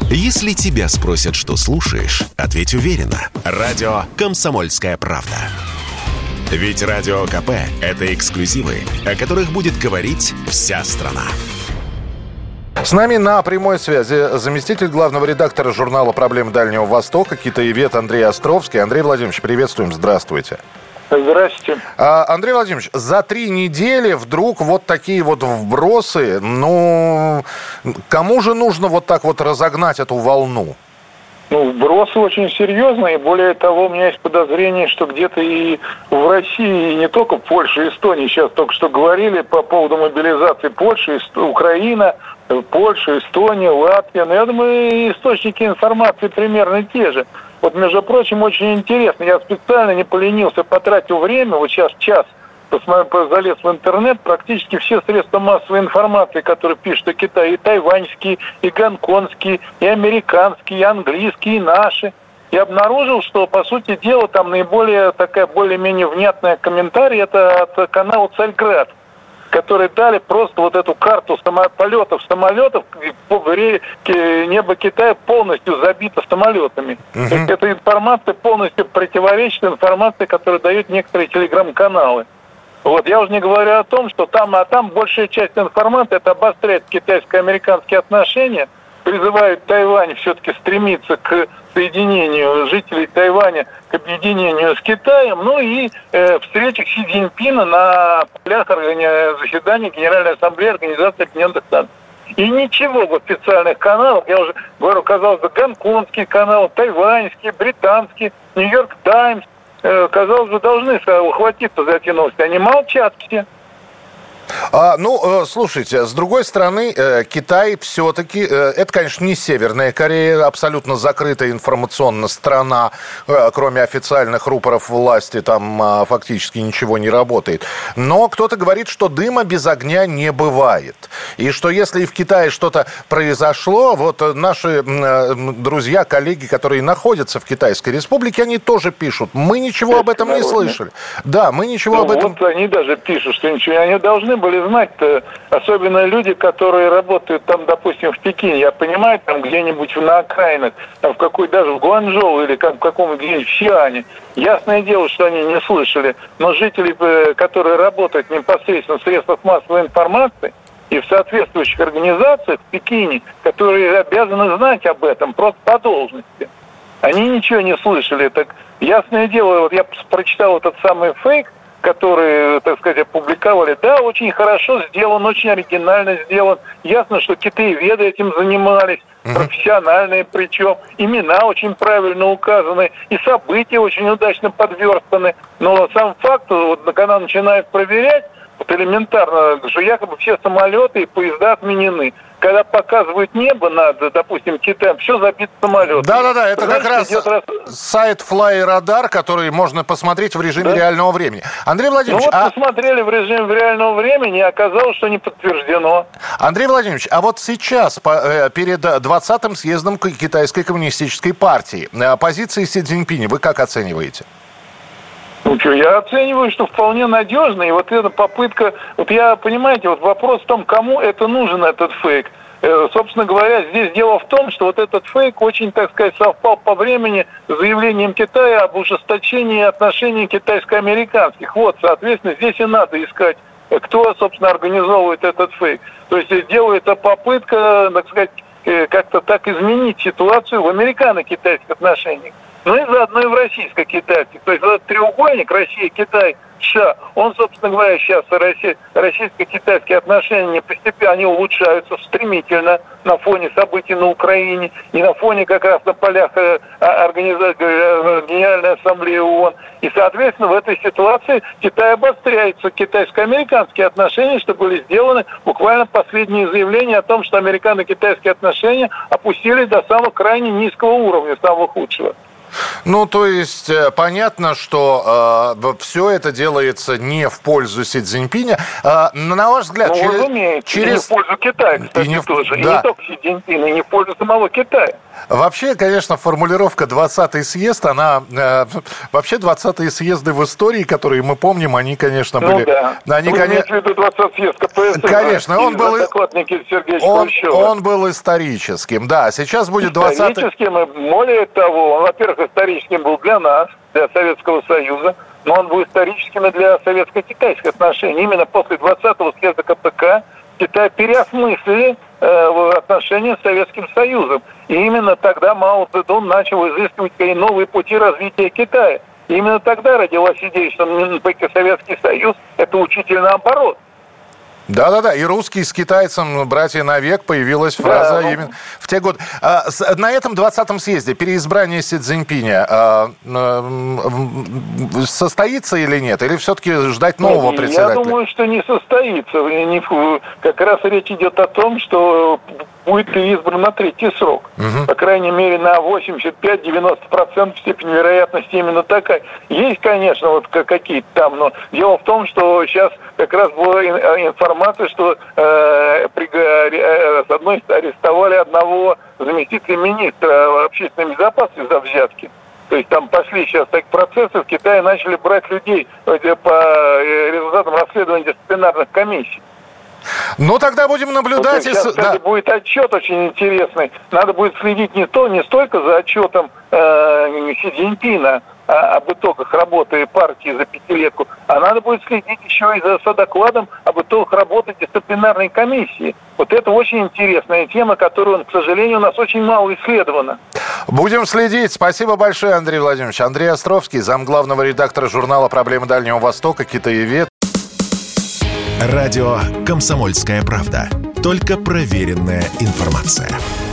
Если тебя спросят, что слушаешь, ответь уверенно. Радио «Комсомольская правда». Ведь Радио КП – это эксклюзивы, о которых будет говорить вся страна. С нами на прямой связи заместитель главного редактора журнала «Проблемы Дальнего Востока», китаевед Андрей Островский. Андрей Владимирович, приветствуем, здравствуйте. Здравствуйте. Андрей Владимирович, за 3 недели вдруг вот такие вот вбросы, кому же нужно вот так вот разогнать эту волну? Вбросы очень серьезные. Более того, у меня есть подозрение, что где-то и в России, и не только в Польше, Эстонии, сейчас только что говорили по поводу мобилизации Польши, Украина, Польша, Эстония, Латвия. Но я думаю, источники информации примерно те же. Вот, между прочим, очень интересно. Я специально не поленился, потратил время, вот сейчас час, залез в интернет, практически все средства массовой информации, которые пишут о Китае, и тайваньские, и гонконгские, и американские, и английские, и наши. Я обнаружил, что, по сути дела, там наиболее такая более-менее внятная комментарий, это от канала «Царьград», которые дали просто вот эту карту полетов самолетов, небо Китая полностью забито самолетами. Эта информация полностью противоречит информации, которую дают некоторые телеграм-каналы. Вот, я уже не говорю о том, что там большая часть информации это обостряет китайско-американские отношения, призывают Тайвань все-таки стремиться к соединению жителей Тайваня, к объединению с Китаем, и встречах Си Цзиньпина на полях заседания Генеральной Ассамблеи Организации Объединенных Наций. И ничего в официальных каналах, я уже говорю, казалось бы, гонконгские каналы, тайваньские, британские, Нью-Йорк Таймс, казалось бы, должны ухватиться за эти новости. Они молчат все. Слушайте, с другой стороны, Китай все-таки, это, конечно, не Северная Корея, абсолютно закрытая информационно страна, кроме официальных рупоров власти, там фактически ничего не работает. Но кто-то говорит, что дыма без огня не бывает. И что если и в Китае что-то произошло, вот наши друзья, коллеги, которые находятся в Китайской Республике, они тоже пишут, мы ничего об этом не слышали. Да, мы ничего об этом... Вот они даже пишут, что ничего, они должны были знать-то, особенно люди, которые работают там, допустим, в Пекине, я понимаю, там где-нибудь на окраинах, там даже в Гуанчжоу или в каком-нибудь в Сиане. Ясное дело, что они не слышали, но жители, которые работают непосредственно в средствах массовой информации и в соответствующих организациях в Пекине, которые обязаны знать об этом просто по должности, они ничего не слышали. Так ясное дело, вот я прочитал этот самый фейк, которые, так сказать, опубликовали. Да, очень хорошо сделан, очень оригинально сделан. Ясно, что китаеведы этим занимались, профессиональные причем. Имена очень правильно указаны, и события очень удачно подверстаны. Но сам факт, вот когда начинают проверять, вот элементарно, что якобы все самолеты и поезда отменены. Когда показывают небо над, допустим, Китаем, все забито самолетами. Да, это как раз сайт FlyRadar, который можно посмотреть в режиме реального времени. Андрей Владимирович... посмотрели в режиме реального времени, и оказалось, что не подтверждено. Андрей Владимирович, а вот сейчас, перед 20-м съездом Китайской коммунистической партии, позиции Си Цзиньпиня вы как оцениваете? Я оцениваю, что вполне надежно, и вот эта попытка, понимаете, вопрос в том, кому это нужен, этот фейк. Собственно говоря, здесь дело в том, что вот этот фейк очень, так сказать, совпал по времени с заявлением Китая об ужесточении отношений китайско-американских. Вот, соответственно, здесь и надо искать, кто, собственно, организовывает этот фейк. То есть делается попытка, так сказать, как-то так изменить ситуацию в американо-китайских отношениях. И заодно и в российско-китайских. То есть этот треугольник Россия, Китай, США, он, собственно говоря, сейчас российско-китайские отношения постепенно они улучшаются стремительно на фоне событий на Украине и на фоне как раз на полях Генеральной Ассамблеи ООН. И, соответственно, в этой ситуации Китай обостряется. Китайско-американские отношения, что были сделаны буквально последние заявления о том, что американо-китайские отношения опустились до самого крайне низкого уровня, самого худшего. То есть понятно, что все это делается не в пользу Си Цзиньпиня. На ваш взгляд, разумеется, и не в пользу Китая, кстати, тоже. Да. И не только Си Цзиньпина, и не в пользу самого Китая. Вообще, конечно, формулировка «20-й съезд», она... вообще, 20-е съезды в истории, которые мы помним, они, конечно, были... Ну да. Они, вы имеете в виду 20-й съезд КПСС? Конечно, он был... Он был историческим, да. Сейчас будет 20-й... Историческим, и более того, он, во-первых, историческим был для нас, для Советского Союза, но он был историческим и для советско-китайских отношений. Именно после 20-го съезда КПК Китай переосмыслили отношения с Советским Союзом. И именно тогда Мао Цзэдун начал изыскивать новые пути развития Китая. И именно тогда родилась идея, что Советский Союз – это учитель наоборот. Да-да-да, и русский с китайцем «братья навек» появилась фраза именно в те годы. На этом 20-м съезде переизбрание Си Цзиньпиня состоится или нет? Или все-таки ждать нового председателя? Я думаю, что не состоится. Как раз речь идет о том, что будет переизбран на третий срок. По крайней мере, на 85-90% степень вероятности именно такая. Есть, конечно, вот какие-то там, но дело в том, что сейчас как раз была информация, что с одной стороны арестовали одного заместителя министра общественной безопасности за взятки. То есть там пошли сейчас такие процессы, в Китае начали брать людей по результатам расследования дисциплинарных комиссий. Ну, тогда будем наблюдать. Сейчас, кстати, будет отчет очень интересный. Надо будет следить не столько за отчетом Си Цзиньпина об итогах работы партии за пятилетку, а надо будет следить еще и за докладом об итогах работы дисциплинарной комиссии. Вот это очень интересная тема, которую, к сожалению, у нас очень мало исследована. Будем следить. Спасибо большое, Андрей Владимирович. Андрей Островский, замглавного редактора журнала «Проблемы Дальнего Востока», китаевед. Радио «Комсомольская правда». Только проверенная информация.